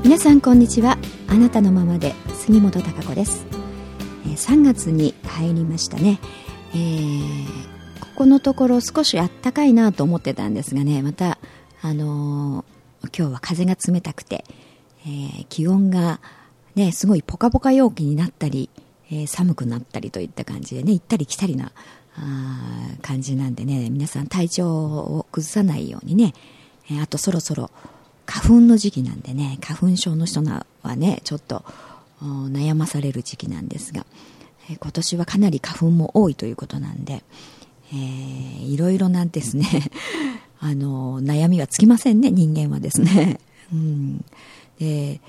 皆さんこんにちは。あなたのままで杉本孝子です。3月に入りましたね。ここのところ少しあったかいなと思ってたんですがね、また今日は風が冷たくて、気温がねすごいポカポカ陽気になったり、寒くなったりといった感じでね、行ったり来たりな感じなんでね、皆さん体調を崩さないようにね、あとそろそろ花粉の時期なんでね、花粉症の人はねちょっと悩まされる時期なんですが、今年はかなり花粉も多いということなんで、いろいろなんですね悩みはつきませんね、人間はですね。で、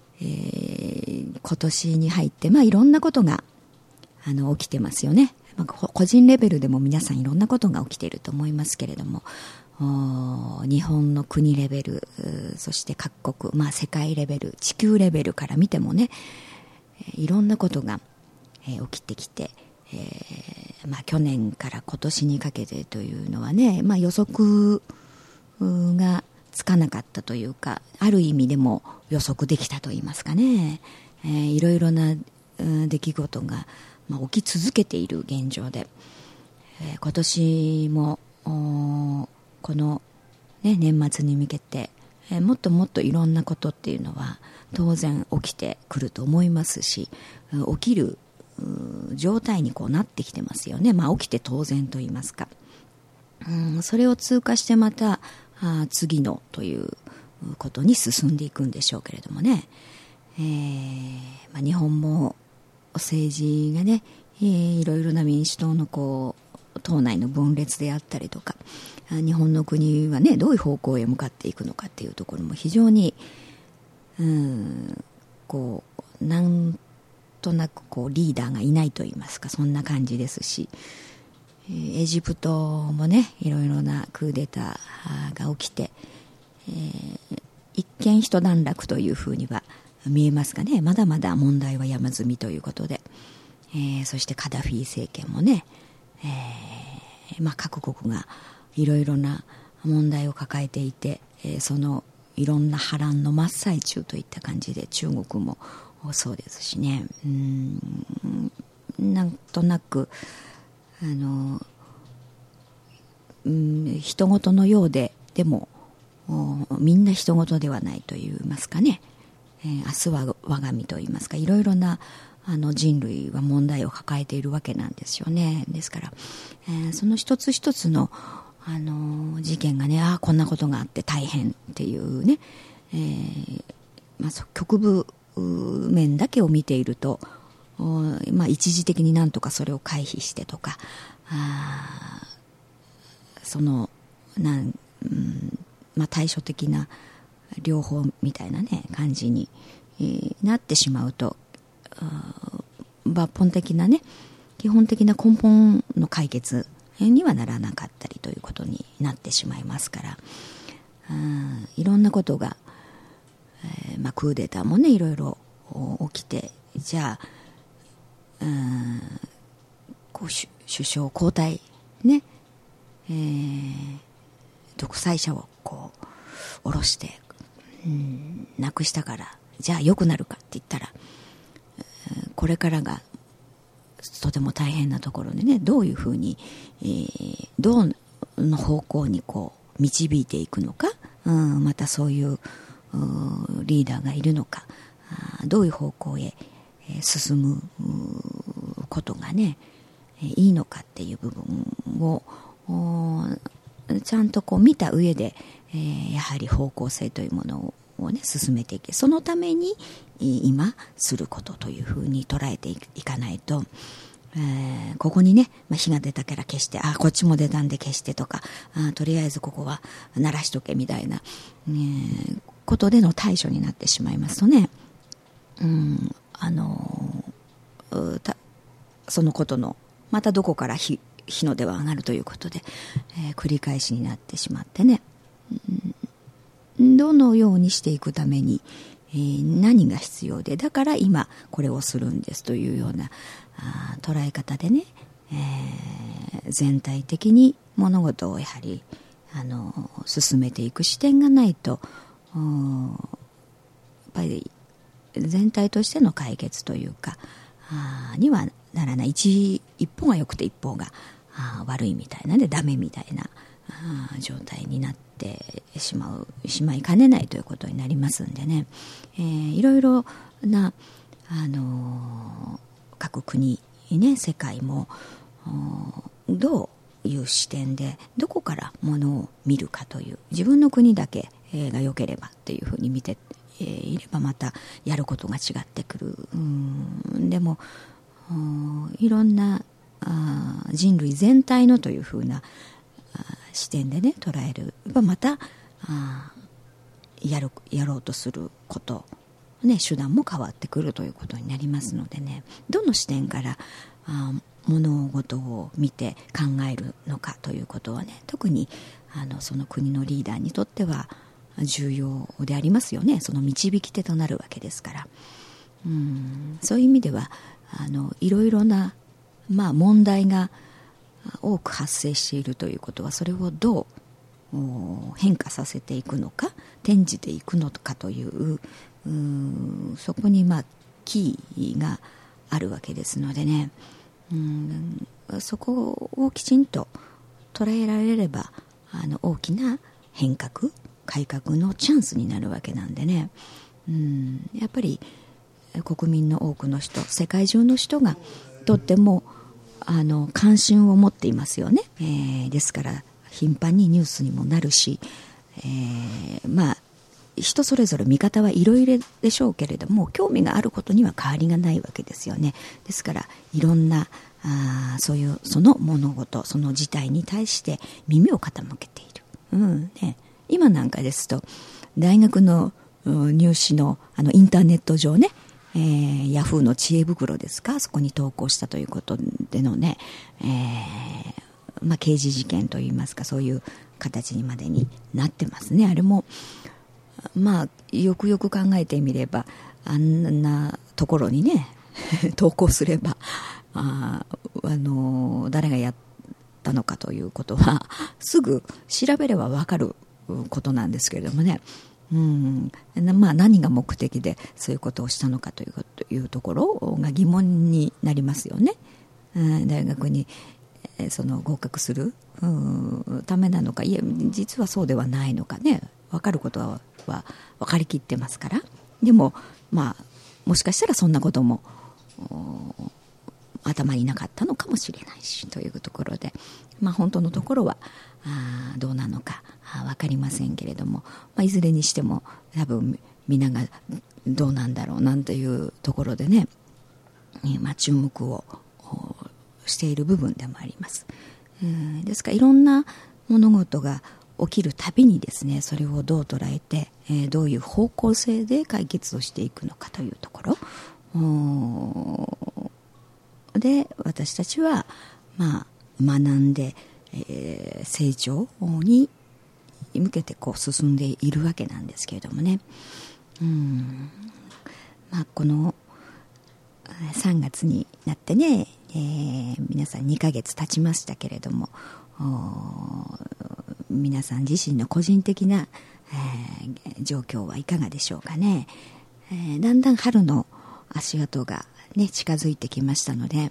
今年に入って、いろんなことが起きてますよね。個人レベルでも皆さんいろんなことが起きていると思いますけれども、日本の国レベル、そして各国、世界レベル、地球レベルから見てもね、いろんなことが、起きてきて、去年から今年にかけてというのはね、予測がつかなかったというか、ある意味でも予測できたと言いますかね、いろいろな出来事が、起き続けている現状で、今年もこの、年末に向けて、もっともっといろんなことっていうのは当然起きてくると思いますし、起きる状態になってきてますよね。起きて当然と言いますか、それを通過してまた次のということに進んでいくんでしょうけれどもね、日本も政治がね、いろいろな民主党の党内の分裂であったりとか、日本の国はねどういう方向へ向かっていくのかっていうところも非常になんとなくリーダーがいないと言いますか、そんな感じですし、エジプトもねいろいろなクーデターが起きて、一見一段落というふうには見えますがね、まだまだ問題は山積みということで、そしてカダフィ政権もね、各国がいろいろな問題を抱えていて、そのいろんな波乱の真っ最中といった感じで、中国もそうですしね、なんとなく人事のようで、でもみんな人事ではないといいますかね、明日は我が身といいますか、いろいろな人類は問題を抱えているわけなんですよね。ですから、その一つ一つの事件がね、こんなことがあって大変っていうね、局部面だけを見ていると、一時的になんとかそれを回避してとか、その対処的な療法みたいなね感じになってしまうと、抜本的なね基本的な根本の解決にはならなかったりということになってしまいますから、いろんなことが、クーデターもねいろいろ起きて、じゃあ首相交代ね、独裁者を下ろしてなくしたから、じゃあ良くなるかって言ったら、これからがとても大変なところでね、どういうふうに、どの方向に導いていくのか、またそういうリーダーがいるのか、どういう方向へ進むことがねいいのかっていう部分をちゃんと見た上で、やはり方向性というものをね進めていけ、そのために今することというふうに捉えていかないと、ここにね、火が出たから消して、こっちも出たんで消してとか、とりあえずここは鳴らしとけみたいな、ことでの対処になってしまいますとね、そのことのまたどこから火の出は上がるということで、繰り返しになってしまってね、どのようにしていくために、何が必要で、だから今これをするんですというような捉え方でね、全体的に物事をやはり進めていく視点がないと、 ぱり全体としての解決というかにはならない。一方が良くて一方が悪いみたいなでダメみたいな状態になってしまいかねないということになりますんでね、いろいろな各国ね、世界もどういう視点でどこからものを見るかという、自分の国だけが良ければっていうふうに見ていればまたやることが違ってくる。でもいろんな人類全体のというふうな視点でね捉える、またやろうとすること、ね、手段も変わってくるということになりますのでね、どの視点から物事を見て考えるのかということはね、特にその国のリーダーにとっては重要でありますよね。その導き手となるわけですから、そういう意味ではいろいろな、問題が多く発生しているということは、それをどう変化させていくのか、転じていくのかというそこにキーがあるわけですのでね、そこをきちんと捉えられれば大きな変革改革のチャンスになるわけなんでね、やっぱり国民の多くの人、世界中の人がとっても関心を持っていますよね。ですから頻繁にニュースにもなるし、人それぞれ見方はいろいろでしょうけれども、興味があることには変わりがないわけですよね。ですからいろんなその物事、その事態に対して耳を傾けている、今なんかですと大学の入試のインターネット上ね、ヤフーの知恵袋ですか、そこに投稿したということでのね、刑事事件といいますか、そういう形にまでになってますね。あれもよくよく考えてみれば、あんなところにね投稿すれば誰がやったのかということはすぐ調べれば分かることなんですけれどもね、何が目的でそういうことをしたのかというところが疑問になりますよね。大学にその合格するためなのか、いや実はそうではないのかね、分かることは分かりきってますから。でももしかしたらそんなことも頭になかったのかもしれないしというところで、本当のところはどうなのか分かりませんけれども、いずれにしても多分みんながどうなんだろうなんていうところでね、注目をしている部分でもあります。ですからいろんな物事が起きるたびにですね、それをどう捉えて、どういう方向性で解決をしていくのかというところで、私たちは学んで、成長に向けて進んでいるわけなんですけれどもね、この3月になってね、皆さん2ヶ月経ちましたけれども、皆さん自身の個人的な、状況はいかがでしょうかね。だんだん春の足跡が、ね、近づいてきましたので、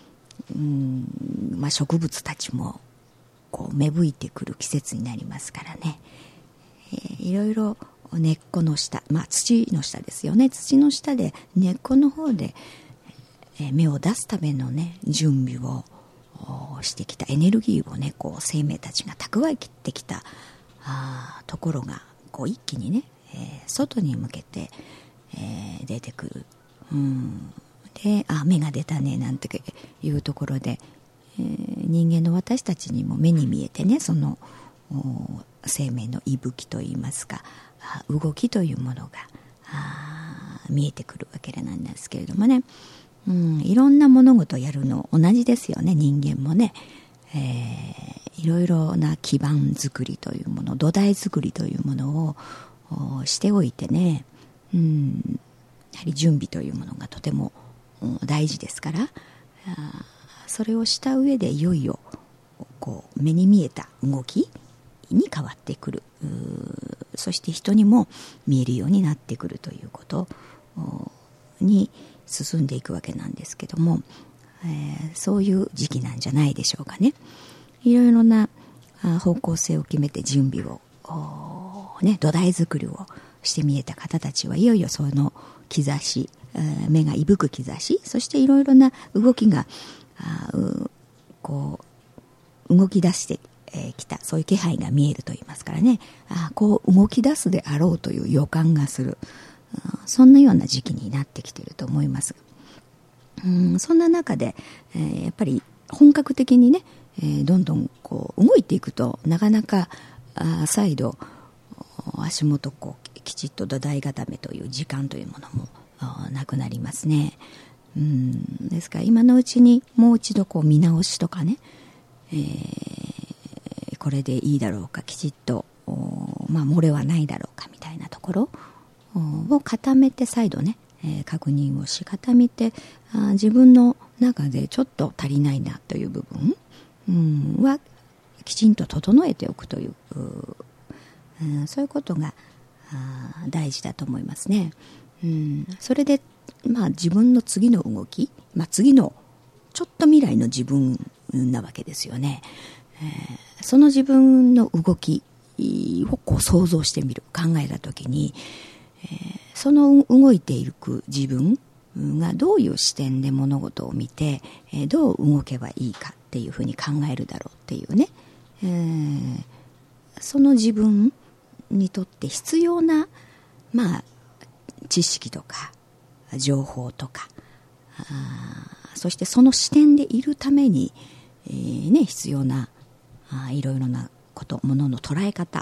植物たちも芽吹いてくる季節になりますからね、いろいろ根っこの下、土の下ですよね、土の下で根っこの方で、芽を出すためのね準備をしてきたエネルギーをね生命たちが蓄えきってきたところが一気にね、外に向けて、出てくる、で芽が出たねなんていうところで、人間の私たちにも目に見えてね、その生命の息吹といいますか動きというものが見えてくるわけなんですけれどもね、いろんな物事をやるの同じですよね。人間もね、いろいろな基盤作りというもの、土台作りというものをしておいてね、やはり準備というものがとても大事ですから、それをした上でいよいよ目に見えた動きに変わってくるそして人にも見えるようになってくるということに進んでいくわけなんですけども、そういう時期なんじゃないでしょうかね。いろいろな方向性を決めて準備を、土台作りをして見えた方たちはいよいよその兆し、目がいぶく兆し、そしていろいろな動きがこう動き出してきた、そういう気配が見えると言いますからね、こう動き出すであろうという予感がする、そんなような時期になってきていると思います。そんな中で、やっぱり本格的にね、どんどんこう動いていくとなかなか再度足元こうきちっと土台固めという時間というものもなくなりますね。ですから今のうちにもう一度こう見直しとかね、これでいいだろうか、きちっと漏れはないだろうかみたいなところを固めて再度ね、確認をし固めて、自分の中でちょっと足りないなという部分、はきちんと整えておくという、そういうことが大事だと思いますね。それで、自分の次の動き、次のちょっと未来の自分なわけですよね。その自分の動きをこう想像してみる、考えたときに、その動いていく自分がどういう視点で物事を見て、どう動けばいいかっていうふうに考えるだろうっていうね、その自分にとって必要な、知識とか情報とか、そしてその視点でいるために、必要ないろいろなこと、ものの捉え方、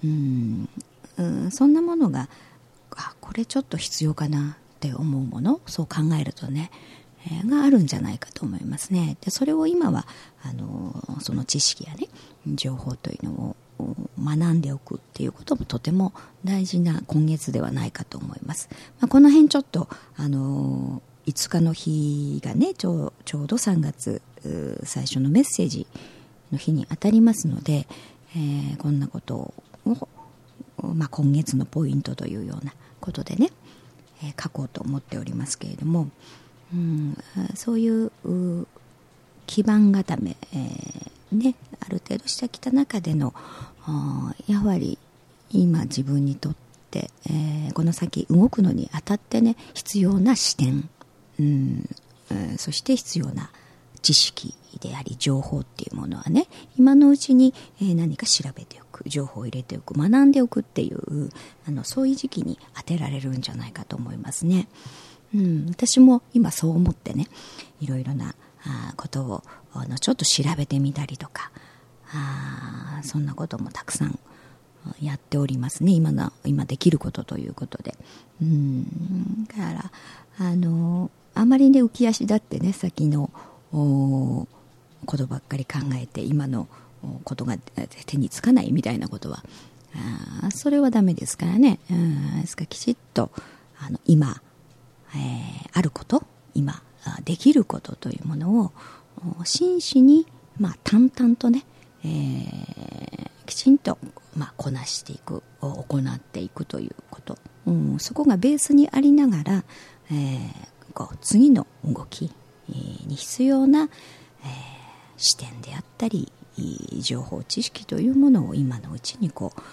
そんなものがこれちょっと必要かなって思うもの、そう考えるとね、があるんじゃないかと思いますね。でそれを今はその知識やね、情報というのを学んでおくっていうこともとても大事な今月ではないかと思います。この辺ちょっと5日の日がね、ちょうど3月最初のメッセージの日に当たりますので、こんなことを、今月のポイントというようなことでね、書こうと思っておりますけれども、そういう基盤固め、ある程度してきた中でのやはり今自分にとって、この先動くのにあたってね、必要な視点、そして必要な知識であり情報っていうものはね、今のうちに何か調べておく、情報を入れておく、学んでおくっていうそういう時期に当てられるんじゃないかと思いますね。私も今そう思ってね、いろいろなことをちょっと調べてみたりとか、そんなこともたくさんやっておりますね。今できることということで、だからあまりね浮き足立ってね、先のことばっかり考えて今のことが手につかないみたいなことはそれはダメですからね。ですからきちっと今、あること、今できることというものを真摯に、淡々とね、きちんと、こなしていく、行っていくということ、そこがベースにありながら、次の動きに必要な、視点であったり情報知識というものを今のうちに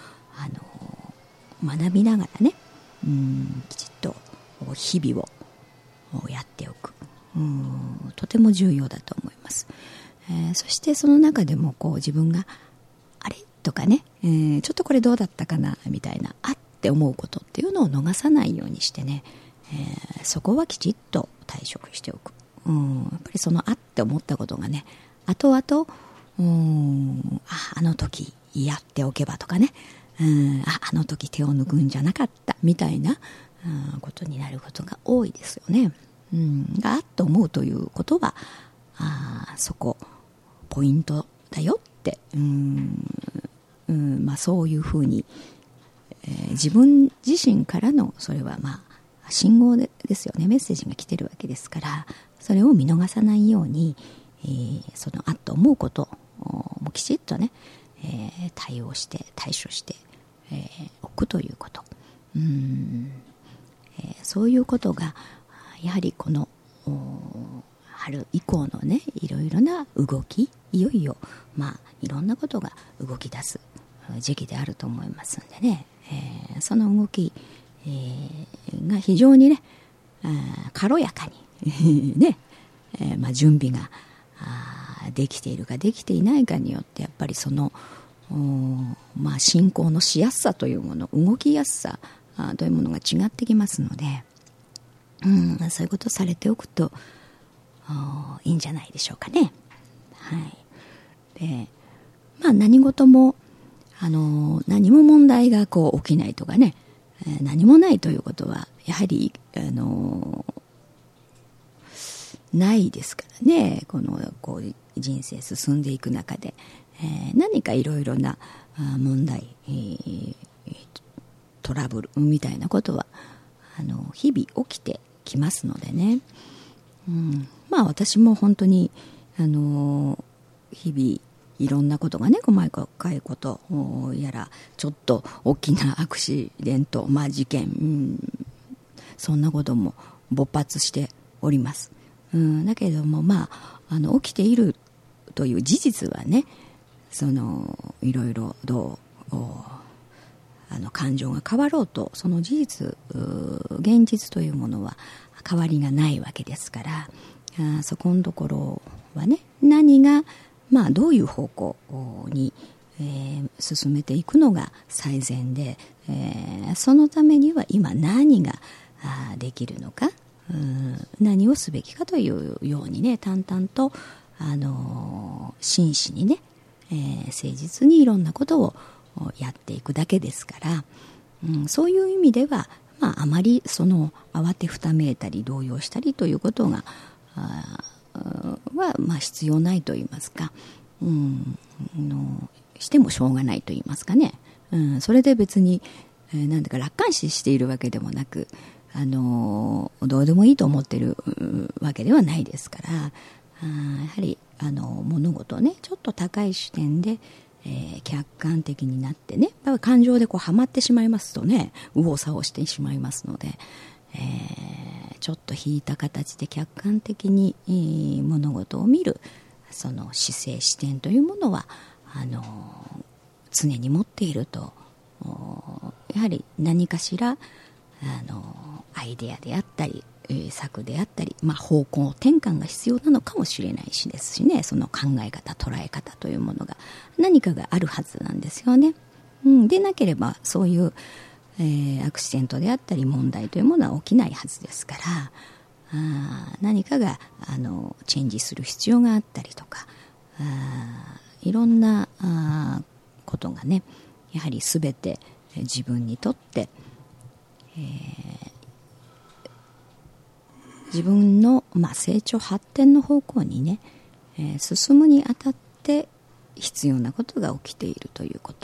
学びながらね、きちっと日々をやっておく、とても重要だと思います。そしてその中でも自分があれとかね、ちょっとこれどうだったかなみたいなって思うことっていうのを逃さないようにしてね、そこはきちっと退職しておく。やっぱりそのって思ったことがね、後々あの時やっておけばとかね、あの時手を抜くんじゃなかったみたいなことになることが多いですよね。っと思うということはそこポイントだよって、そういうふうに、自分自身からのそれは信号ですよね。メッセージが来てるわけですから、それを見逃さないように、そのと思うこともきちっとね、対応して対処して、 おくということ、そういうことがやはりこの春以降のね、いろいろな動き、いよいよいろんなことが動き出す時期であると思いますんでね、その動き、が非常にね、軽やかにね、準備ができているかできていないかによって、やっぱりその進行のしやすさというもの、動きやすさというものが違ってきますので、そういうことをされておくといいんじゃないでしょうかね。はい。で、何事も何も問題が起きないとかね、何もないということはやはりないですからね。人生進んでいく中で、何かいろいろな問題、トラブルみたいなことは日々起きてきますのでね、私も本当に日々いろんなことがね、細かいことやら、ちょっと大きなアクシデント、事件、そんなことも勃発しております。だけども起きているという事実はね、いろいろどう感情が変わろうと、その事実、現実というものは変わりがないわけですから、そこのところはね、何がどういう方向に、進めていくのが最善で、そのためには今何ができるのか、何をすべきかというようにね、淡々と真摯にね、誠実にいろんなことをやっていくだけですから、そういう意味では、あまり慌てふためいたり動揺したりということが必要ないと言いますか、してもしょうがないと言いますかね、それで別に、なんだか楽観視しているわけでもなく、どうでもいいと思っているわけではないですから、やはり物事をね、ちょっと高い視点で、客観的になってね、感情ではまってしまいますとね、右往左往してしまいますので、ちょっと引いた形で客観的に、物事を見るその姿勢、視点というものは常に持っていると、やはり何かしらアイデアであったり、策であったり、方向転換が必要なのかもしれないしですしね、その考え方、捉え方というものが何かがあるはずなんですよね。でなければそういう、アクシデントであったり問題というものは起きないはずですから、何かがチェンジする必要があったりとか、いろんなことがね、やはり全て自分にとって、自分の、成長発展の方向にね、進むにあたって必要なことが起きているということ、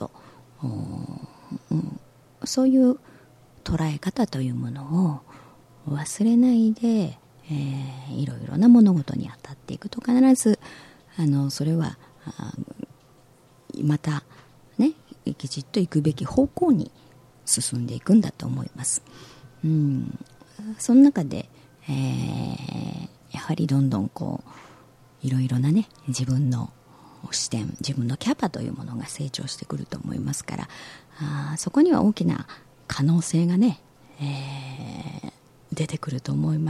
そういう捉え方というものを忘れないで、いろいろな物事に当たっていくと、必ずそれはまたね、きちっと行くべき方向に進んでいくんだと思います。その中で、やはりどんどんいろいろなね、自分の視点、自分のキャパというものが成長してくると思いますから、そこには大きな可能性がね、出てくると思います。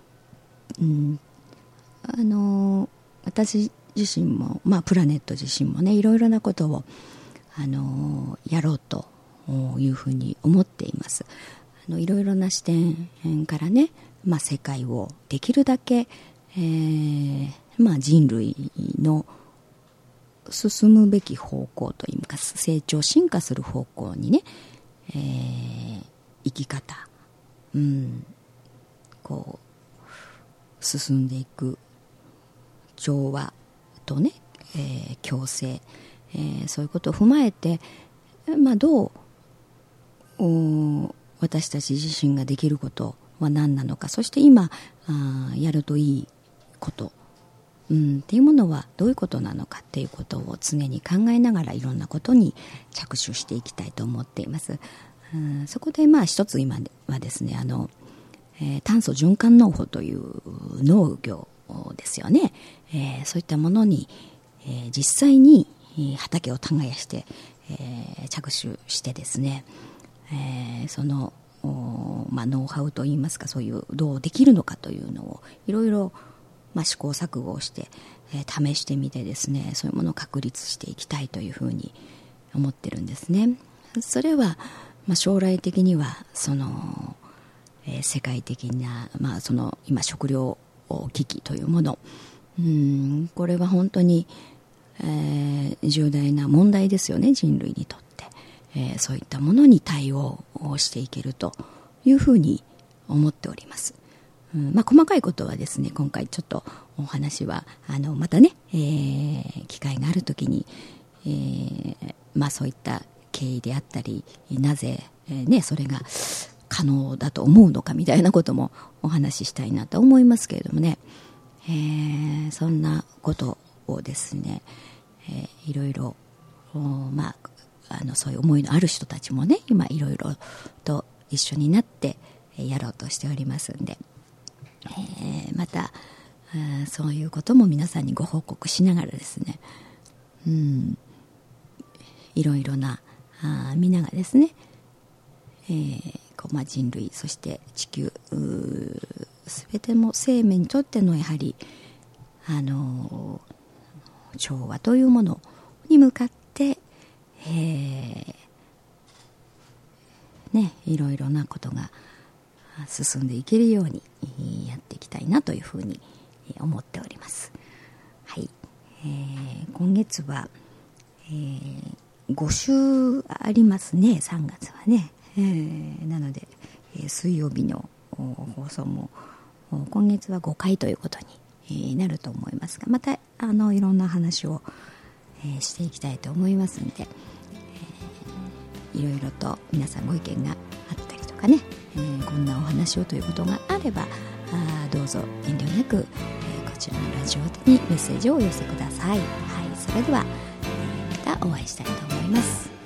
私自身も、プラネット自身もね、いろいろなことをやろうというふうに思っています。いろいろな視点からね、世界をできるだけ、人類の進むべき方向といいますか、成長進化する方向にね、生き方、進んでいく調和とね、共生、そういうことを踏まえて、どう私たち自身ができることは何なのか、そして今やるといいことっていうものはどういうことなのかっていうことを常に考えながらいろんなことに着手していきたいと思っています。そこで一つ今はですね、炭素循環農法という農業ですよね。そういったものに、実際に畑を耕して、着手してですね、そのノウハウといいますか、そういうどうできるのかというのをいろいろ試行錯誤をして、試してみてですね、そういうものを確立していきたいというふうに思ってるんですね。それは、将来的にはその、世界的な、その今食糧危機というもの、これは本当に、重大な問題ですよね、人類にとって。そういったものに対応していけるというふうに思っております。細かいことはですね、今回ちょっとお話はまたね、機会があるときに、そういった経緯であったり、なぜ、それが可能だと思うのかみたいなこともお話ししたいなと思いますけれどもね、そんなことをですね、いろいろそういう思いのある人たちもね、今いろいろと一緒になってやろうとしておりますんで、またそういうことも皆さんにご報告しながらですね、いろいろな皆がですね、人類、そして地球すべての生命にとってのやはり調和というものに向かって、いろいろなことが進んでいけるようにやっていきたいなというふうに思っております。はい、今月は、5週ありますね、3月はね。なので、水曜日の放送も今月は5回ということになると思いますが、またいろんな話を、していきたいと思いますので、いろいろと皆さんご意見があったりとかね、こんなお話をということがあればどうぞ遠慮なく、こちらのラジオにメッセージをお寄せください。はい、それでは、またお会いしたいと思います。